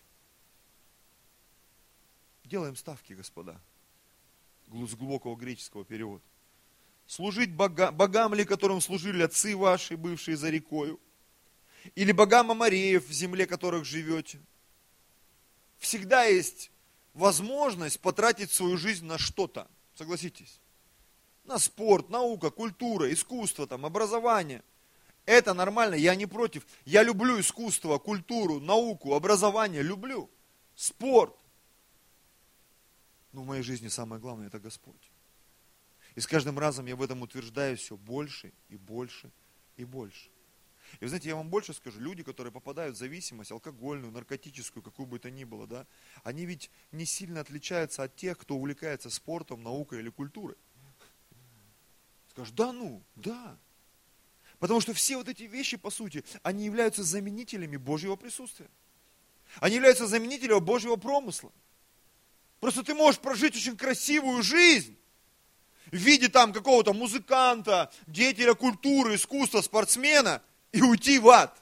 Делаем ставки, господа, с глубокого греческого перевода. Служить бога, богам ли, которым служили отцы ваши, бывшие за рекою, или богам Амореев, в земле которых живете. Всегда есть возможность потратить свою жизнь на что-то, согласитесь. На спорт, наука, культура, искусство, там, образование. Это нормально, я не против. Я люблю искусство, культуру, науку, образование, люблю. Спорт. Но в моей жизни самое главное – это Господь. И с каждым разом я в этом утверждаюсь все больше и больше и больше. И вы знаете, я вам больше скажу, люди, которые попадают в зависимость, алкогольную, наркотическую, какую бы то ни было, да, они ведь не сильно отличаются от тех, кто увлекается спортом, наукой или культурой. Скажешь, да ну, да. Потому что все вот эти вещи, по сути, они являются заменителями Божьего присутствия. Они являются заменителями Божьего промысла. Просто ты можешь прожить очень красивую жизнь в виде там какого-то музыканта, деятеля культуры, искусства, спортсмена и уйти в ад.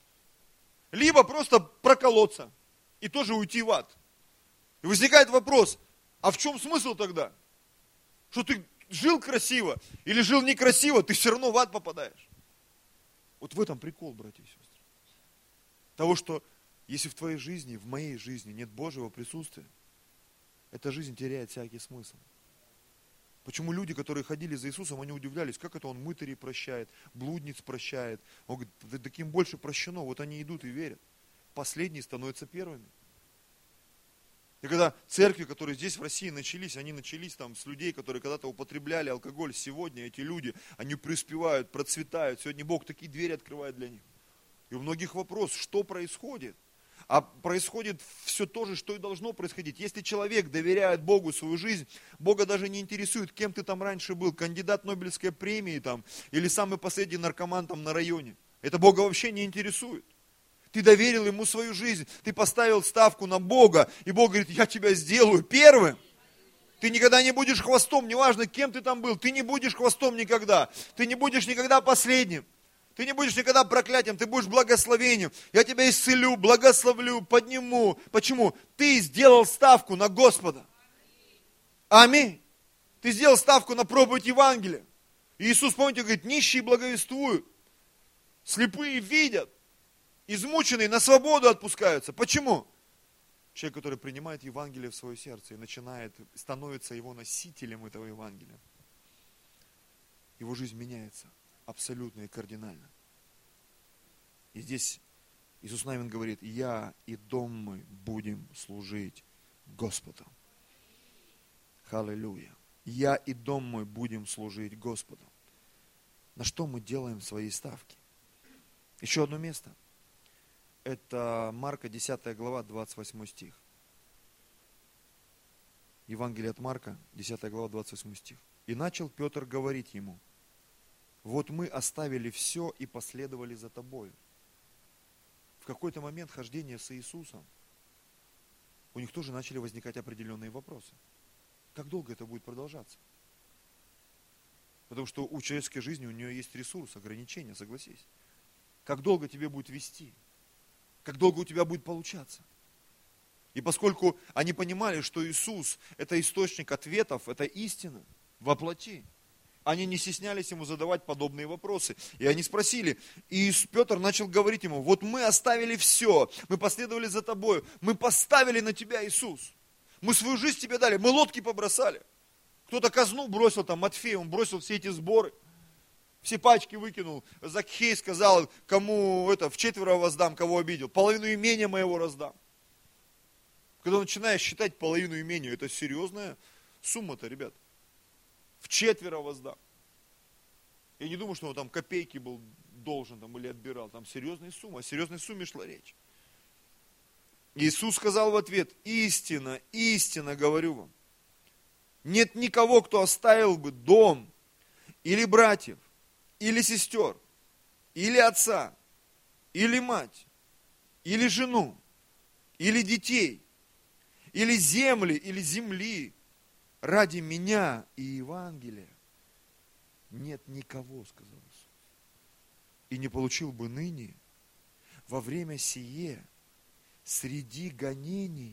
Либо просто проколоться и тоже уйти в ад. И возникает вопрос, а в чем смысл тогда? Что ты жил красиво или жил некрасиво, ты все равно в ад попадаешь. Вот в этом прикол, братья и сестры. Того, что если в твоей жизни, в моей жизни нет Божьего присутствия, эта жизнь теряет всякий смысл. Почему люди, которые ходили за Иисусом, они удивлялись, как это Он мытарей прощает, блудниц прощает. Он говорит, да таким больше прощено. Вот они идут и верят. Последние становятся первыми. И когда церкви, которые здесь в России начались, они начались там с людей, которые когда-то употребляли алкоголь. Сегодня эти люди, они преуспевают, процветают. Сегодня Бог такие двери открывает для них. И у многих вопрос, что происходит? А происходит все то же, что и должно происходить. Если человек доверяет Богу свою жизнь, Бога даже не интересует, кем ты там раньше был, кандидат Нобелевской премии там, или самый последний наркоман там на районе. Это Бога вообще не интересует. Ты доверил Ему свою жизнь, ты поставил ставку на Бога, и Бог говорит, я тебя сделаю первым. Ты никогда не будешь хвостом, неважно, кем ты там был, ты не будешь хвостом никогда, ты не будешь никогда последним. Ты не будешь никогда проклятием, ты будешь благословением. Я тебя исцелю, благословлю, подниму. Почему? Ты сделал ставку на Господа. Аминь. Ты сделал ставку на проповедь Евангелия. И Иисус, помните, говорит, нищие благовествуют, слепые видят, измученные на свободу отпускаются. Почему? Человек, который принимает Евангелие в свое сердце и начинает, становится его носителем этого Евангелия. Его жизнь меняется. Абсолютно и кардинально. И здесь Иисус Навин говорит, я и дом мой будем служить Господу. Аллилуйя. Я и дом мой будем служить Господу. На что мы делаем свои ставки? Еще одно место. Это Марка, десятая глава, двадцать восьмой стих. Евангелие от Марка, десятая глава, двадцать восьмой стих. И начал Петр говорить ему, вот мы оставили все и последовали за тобою. В какой-то момент хождения с Иисусом у них тоже начали возникать определенные вопросы. Как долго это будет продолжаться? Потому что у человеческой жизни у нее есть ресурс, ограничения, согласись. Как долго тебе будет вести? Как долго у тебя будет получаться? И поскольку они понимали, что Иисус – это источник ответов, это истина во плоти, они не стеснялись ему задавать подобные вопросы. И они спросили, и Петр начал говорить ему, вот мы оставили все, мы последовали за тобою, мы поставили на тебя, Иисус. Мы свою жизнь тебе дали, мы лодки побросали. Кто-то казну бросил, там Матфей, он бросил все эти сборы, все пачки выкинул. Закхей сказал, кому это, вчетверо воздам, кого обидел, половину имения моего раздам. Когда начинаешь считать половину имения, это серьезная сумма-то, ребят. Вчетверо воздам. Я не думаю, что он там копейки был должен там, или отбирал. Там серьезная сумма. О серьезной сумме шла речь. Иисус сказал в ответ, истина, истина говорю вам. Нет никого, кто оставил бы дом, или братьев, или сестер, или отца, или мать, или жену, или детей, или земли, или земли, ради меня и Евангелия нет никого, сказал Иисус. И не получил бы ныне во время сие среди гонений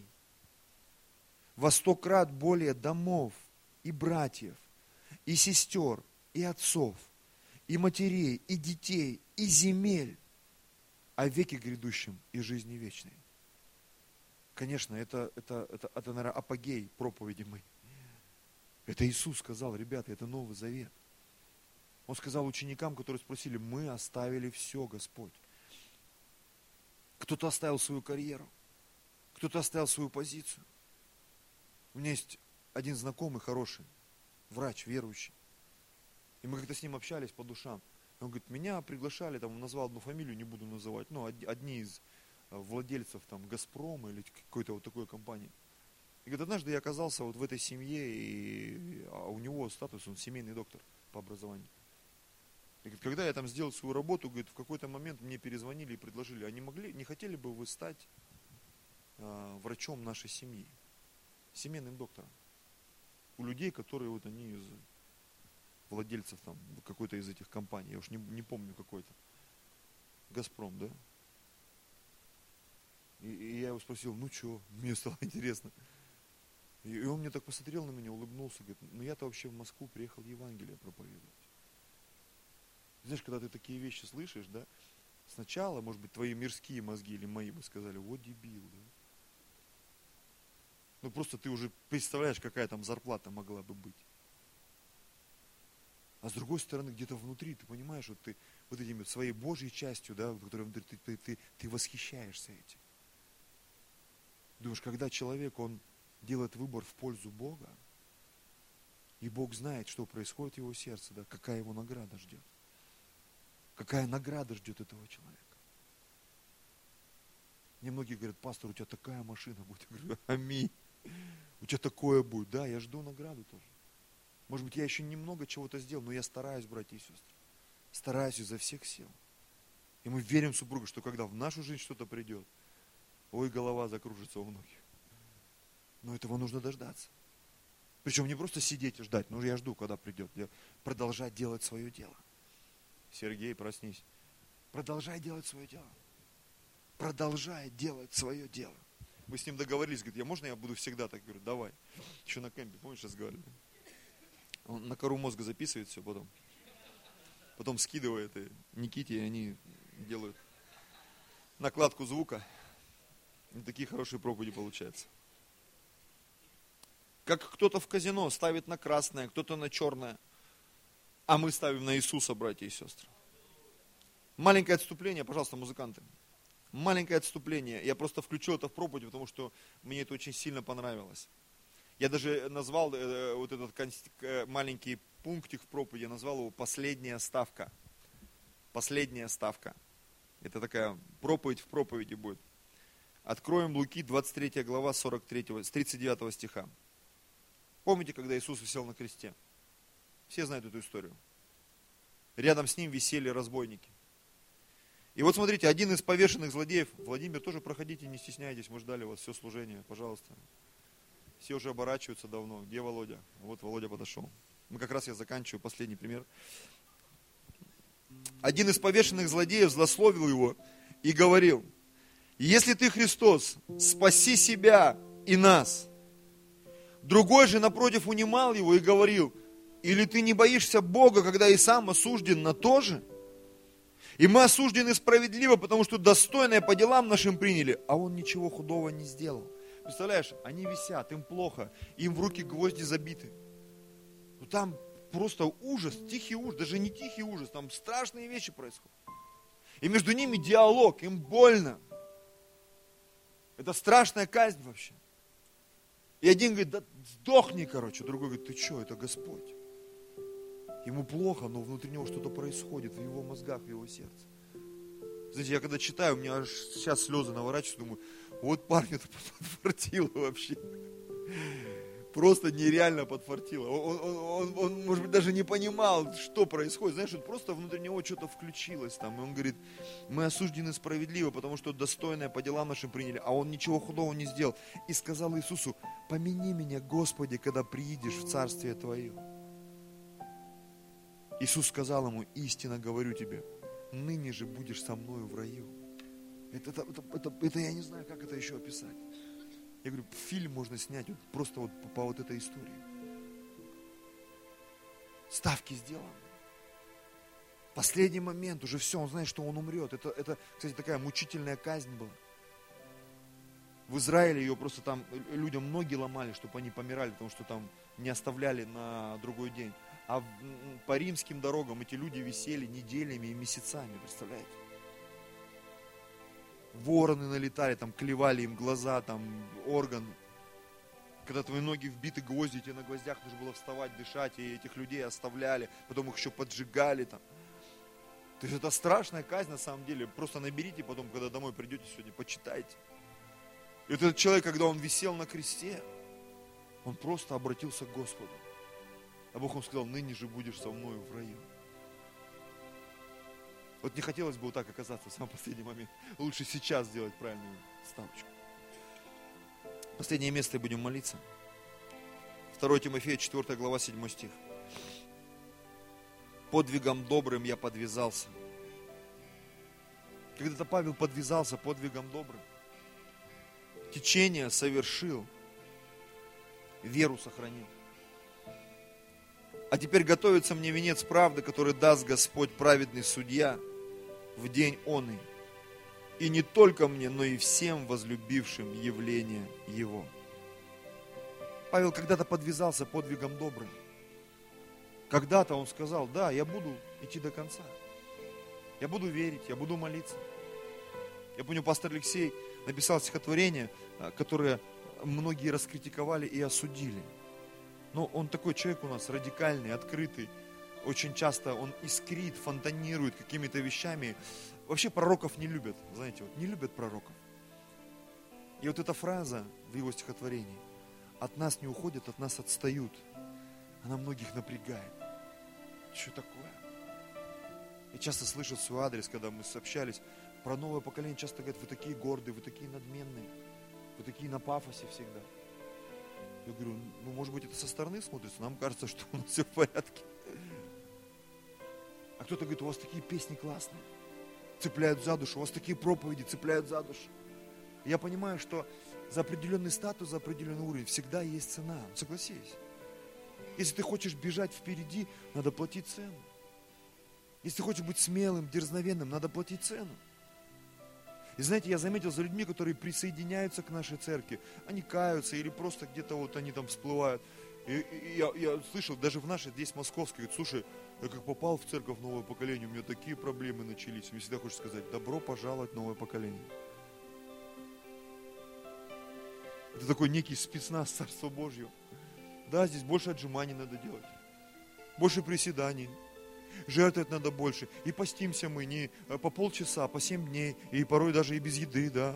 во сто крат более домов и братьев, и сестер, и отцов, и матерей, и детей, и земель, о веке грядущем и жизни вечной. Конечно, это, это, это, это наверное, апогей проповеди мы. Это Иисус сказал, ребята, это Новый Завет. Он сказал ученикам, которые спросили, мы оставили все, Господь. Кто-то оставил свою карьеру, кто-то оставил свою позицию. У меня есть один знакомый хороший, врач, верующий. И мы как-то с ним общались по душам. Он говорит, меня приглашали, там, он назвал одну фамилию, не буду называть, ну, одни из владельцев там Газпрома или какой-то вот такой компании. И говорит, однажды я оказался вот в этой семье, и, а у него статус, он семейный доктор по образованию. И говорит, когда я там сделал свою работу, говорит, в какой-то момент мне перезвонили и предложили, а не могли, не хотели бы вы стать а, врачом нашей семьи? семейным доктором. У людей, которые вот они из владельцев там какой-то из этих компаний, я уж не, не помню какой-то. Газпром, да? И, и я его спросил, ну что, мне стало интересно. И, и он мне так посмотрел на меня, улыбнулся, говорит, ну я-то вообще в Москву приехал Евангелие проповедовать. Знаешь, когда ты такие вещи слышишь, да, сначала, может быть, твои мирские мозги или мои бы сказали, вот дебил, да. Ну просто ты уже представляешь, какая там зарплата могла бы быть. А с другой стороны, где-то внутри, ты понимаешь, вот ты вот этим вот своей Божьей частью, да, которой внутри, ты, ты, ты, ты восхищаешься этим. Думаешь, когда человек, он делает выбор в пользу Бога, и Бог знает, что происходит в его сердце, да, какая его награда ждет. Какая награда ждет этого человека. Мне многие говорят, пастор, у тебя такая машина будет. Я говорю, аминь. У тебя такое будет. Да, я жду награду тоже. Может быть, я еще немного чего-то сделал, но я стараюсь, братья и сестры. Стараюсь изо всех сил. И мы верим супругу, что когда в нашу жизнь что-то придет, ой, голова закружится у многих. Но этого нужно дождаться. Причем не просто сидеть и ждать, но я жду, когда придет. Я продолжать делать свое дело. Сергей, проснись. Продолжай делать свое дело. Продолжай делать свое дело. Мы с ним договорились, говорит, я можно я буду всегда так? Говорю, давай. Еще на кемпе, помнишь, разговаривали? Он на кору мозга записывает все потом. Потом скидывает и Никите, и они делают накладку звука. И такие хорошие проповеди получаются. Как кто-то в казино ставит на красное, кто-то на черное. А мы ставим на Иисуса, братья и сестры. Маленькое отступление, пожалуйста, музыканты. Маленькое отступление. Я просто включил это в проповедь, потому что мне это очень сильно понравилось. Я даже назвал э, вот этот э, маленький пунктик в проповеди, я назвал его «Последняя ставка». Последняя ставка. Это такая проповедь в проповеди будет. Откроем Луки, двадцать третья глава, сорок третьего, с тридцать девятого стиха. Помните, когда Иисус висел на кресте? Все знают эту историю. Рядом с ним висели разбойники. И вот смотрите, один из повешенных злодеев, Владимир, тоже проходите, не стесняйтесь, мы ждали вас все служение, пожалуйста. Все уже оборачиваются давно. Где Володя? Вот Володя подошел. Мы как раз, я заканчиваю, последний пример. Один из повешенных злодеев злословил его и говорил, если ты Христос, спаси себя и нас. Другой же напротив унимал его и говорил, или ты не боишься Бога, когда и сам осужден на то же? И мы осуждены справедливо, потому что достойное по делам нашим приняли, а он ничего худого не сделал. Представляешь, они висят, им плохо, им в руки гвозди забиты. Ну там просто ужас, тихий ужас, даже не тихий ужас, там страшные вещи происходят. И между ними диалог, им больно. Это страшная казнь вообще. И один говорит, да сдохни, короче, другой говорит, ты что, это Господь. Ему плохо, но внутри него что-то происходит в его мозгах, в его сердце. Знаете, я когда читаю, у меня аж сейчас слезы наворачиваются, думаю, вот парню-то подфартило вообще. Просто нереально подфартило. Он, он, он, он, может быть, даже не понимал, что происходит. Знаешь, вот просто внутри него что-то включилось там. И он говорит, мы осуждены справедливо, потому что достойное по делам нашим приняли, а он ничего худого не сделал. И сказал Иисусу, помяни меня, Господи, когда приидешь в Царствие Твое. Иисус сказал ему, истинно говорю тебе, ныне же будешь со мною в раю. Это, это, это, это, это я не знаю, как это еще описать. Я говорю, фильм можно снять вот, просто вот по, по вот этой истории. Ставки сделаны. Последний момент, уже все, он знает, что он умрет. Это, это, кстати, такая мучительная казнь была. В Израиле ее просто там людям ноги ломали, чтобы они помирали, потому что там не оставляли на другой день. А по римским дорогам эти люди висели неделями и месяцами, представляете? Вороны налетали, там клевали им глаза, там орган. Когда твои ноги вбиты гвозди, тебе на гвоздях нужно было вставать, дышать, и этих людей оставляли, потом их еще поджигали там. То есть это страшная казнь на самом деле. Просто наберите потом, когда домой придете сегодня, почитайте. И вот этот человек, когда он висел на кресте, он просто обратился к Господу. А Бог ему сказал, ныне же будешь со мною в раю. Вот не хотелось бы вот так оказаться в самый последний момент. Лучше сейчас сделать правильную ставочку. Последнее место и будем молиться. второе Тимофея, четвёртая глава, седьмой стих. Подвигом добрым я подвязался. Когда-то Павел подвязался подвигом добрым. Течение совершил, веру сохранил. А теперь готовится мне венец правды, который даст Господь праведный судья в день оный. И не только мне, но и всем возлюбившим явление Его. Павел когда-то подвязался подвигом добрым. Когда-то он сказал, да, я буду идти до конца. Я буду верить, я буду молиться. Я помню, пастор Алексей написал стихотворение, которое многие раскритиковали и осудили. Но он такой человек у нас радикальный, открытый. Очень часто он искрит, фонтанирует какими-то вещами. Вообще пророков не любят, знаете, вот, не любят пророков. И вот эта фраза в его стихотворении: от нас не уходят, от нас отстают. Она многих напрягает. Что такое? Я часто слышал свой адрес, когда мы сообщались, про новое поколение часто говорят, вы такие гордые, вы такие надменные, вы такие на пафосе всегда. Я говорю, ну может быть это со стороны смотрится, нам кажется, что у нас все в порядке. А кто-то говорит, у вас такие песни классные, цепляют за душу, у вас такие проповеди цепляют за душу. И я понимаю, что за определенный статус, за определенный уровень всегда есть цена, согласись. Если ты хочешь бежать впереди, надо платить цену. Если ты хочешь быть смелым, дерзновенным, надо платить цену. И знаете, я заметил за людьми, которые присоединяются к нашей церкви, они каются или просто где-то вот они там всплывают. И, и я, я слышал, даже в нашей, здесь московской, говорит, слушай, я как попал в церковь новое поколение, у меня такие проблемы начались. Мне всегда хочется сказать, добро пожаловать в новое поколение. Это такой некий спецназ Царства Божьего. Да, здесь больше отжиманий надо делать, больше приседаний, жертвовать надо больше. И постимся мы не по полчаса, а по семь дней, и порой даже и без еды, да.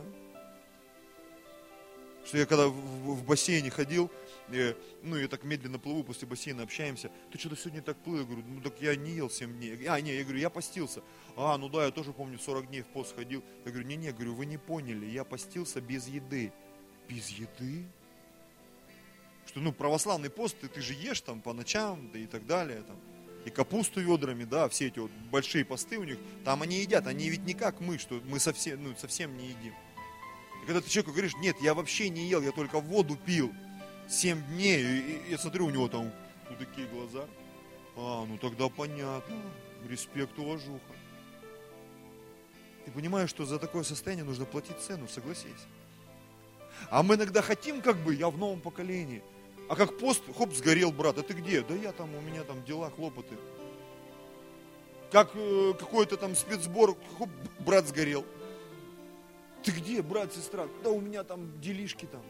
Что я когда в, в бассейне ходил, я, ну я так медленно плыву, после бассейна общаемся, ты что-то сегодня так плыл, я говорю, ну так я не ел семь дней. А, не, я говорю, я постился. А, ну да, я тоже помню, сорок дней в пост ходил. Я говорю, не-не, говорю, вы не поняли, я постился без еды. Без еды? Что, ну, православный пост, ты, ты же ешь там по ночам, да и так далее, там, и капусту ведрами, да, все эти вот большие посты у них, там они едят, они ведь не как мы, что мы совсем, ну, совсем не едим. И когда ты человеку говоришь, нет, я вообще не ел, я только воду пил семь дней, и, и я смотрю, у него там ну, такие глаза, а, ну тогда понятно, респект, уважуха. Ты понимаешь, что за такое состояние нужно платить цену, согласись. А мы иногда хотим, как бы, я в новом поколении. А как пост, хоп, сгорел, брат, а ты где? Да я там, у меня там дела, хлопоты. Как э, какой-то там спецсбор, хоп, брат сгорел. Ты где, брат, сестра? Да у меня там делишки там.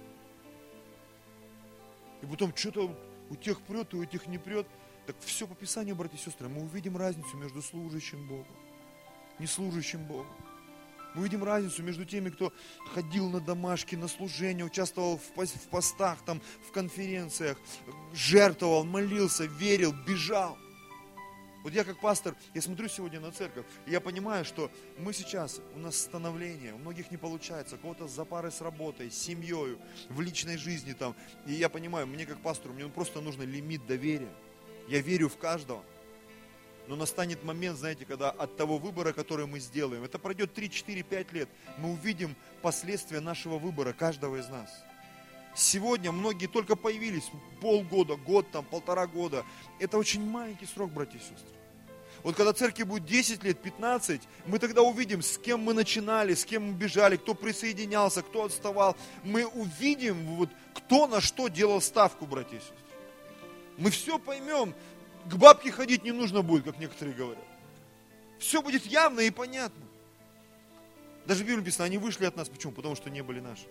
И потом что-то у тех прет, и у тех не прет. Так все по Писанию, братья и сестры, мы увидим разницу между служащим Богу, не служащим Богу. Мы видим разницу между теми, кто ходил на домашки, на служение, участвовал в постах, там, в конференциях, жертвовал, молился, верил, бежал. Вот я как пастор, я смотрю сегодня на церковь, и я понимаю, что мы сейчас, у нас становление, у многих не получается, у кого-то с запарой с работой, с семьей, в личной жизни там. И я понимаю, мне как пастору, мне просто нужно лимит доверия. Я верю в каждого. Но настанет момент, знаете, когда от того выбора, который мы сделаем, это пройдет три, четыре, пять лет, мы увидим последствия нашего выбора, каждого из нас. Сегодня многие только появились, полгода, год, там, полтора года. Это очень маленький срок, братья и сестры. Вот когда церкви будет десять лет, пятнадцать, мы тогда увидим, с кем мы начинали, с кем мы бежали, кто присоединялся, кто отставал. Мы увидим, вот, кто на что делал ставку, братья и сестры. Мы все поймем. К бабке ходить не нужно будет, как некоторые говорят. Все будет явно и понятно. Даже в Библии написано, они вышли от нас. Почему? Потому что не были наши.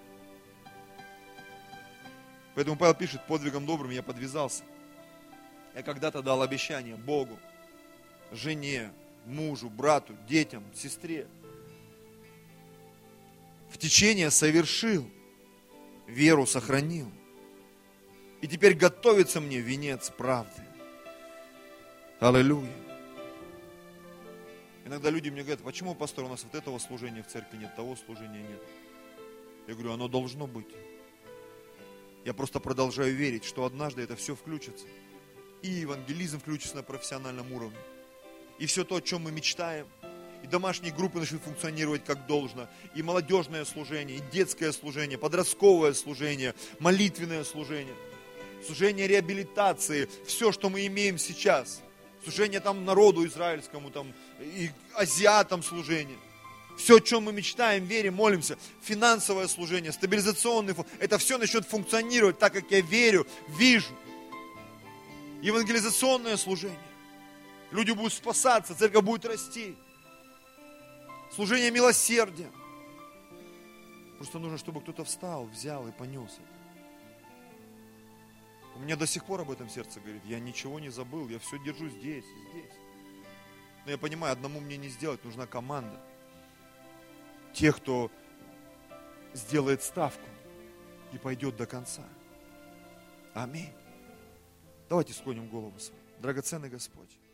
Поэтому Павел пишет, подвигом добрым я подвязался. Я когда-то дал обещание Богу, жене, мужу, брату, детям, сестре. В течение совершил, веру сохранил. И теперь готовится мне венец правды. Аллилуйя. Иногда люди мне говорят, почему, пастор, у нас вот этого служения в церкви нет, того служения нет. Я говорю, оно должно быть. Я просто продолжаю верить, что однажды это все включится. И евангелизм включится на профессиональном уровне. И все то, о чем мы мечтаем. И домашние группы начнут функционировать как должно. И молодежное служение, и детское служение, подростковое служение, молитвенное служение. Служение реабилитации. Все, что мы имеем сейчас. Служение там народу израильскому, там, и азиатам служение. Все, о чем мы мечтаем, верим, молимся, финансовое служение, стабилизационный фонд, это все начнет функционировать так, как я верю, вижу. Евангелизационное служение. Люди будут спасаться, церковь будет расти. Служение милосердия. Просто нужно, чтобы кто-то встал, взял и понес это. У меня до сих пор об этом сердце говорит. Я ничего не забыл, я все держу здесь и здесь. Но я понимаю, одному мне не сделать, нужна команда. Тех, кто сделает ставку и пойдет до конца. Аминь. Давайте склоним голову свою. Драгоценный Господь.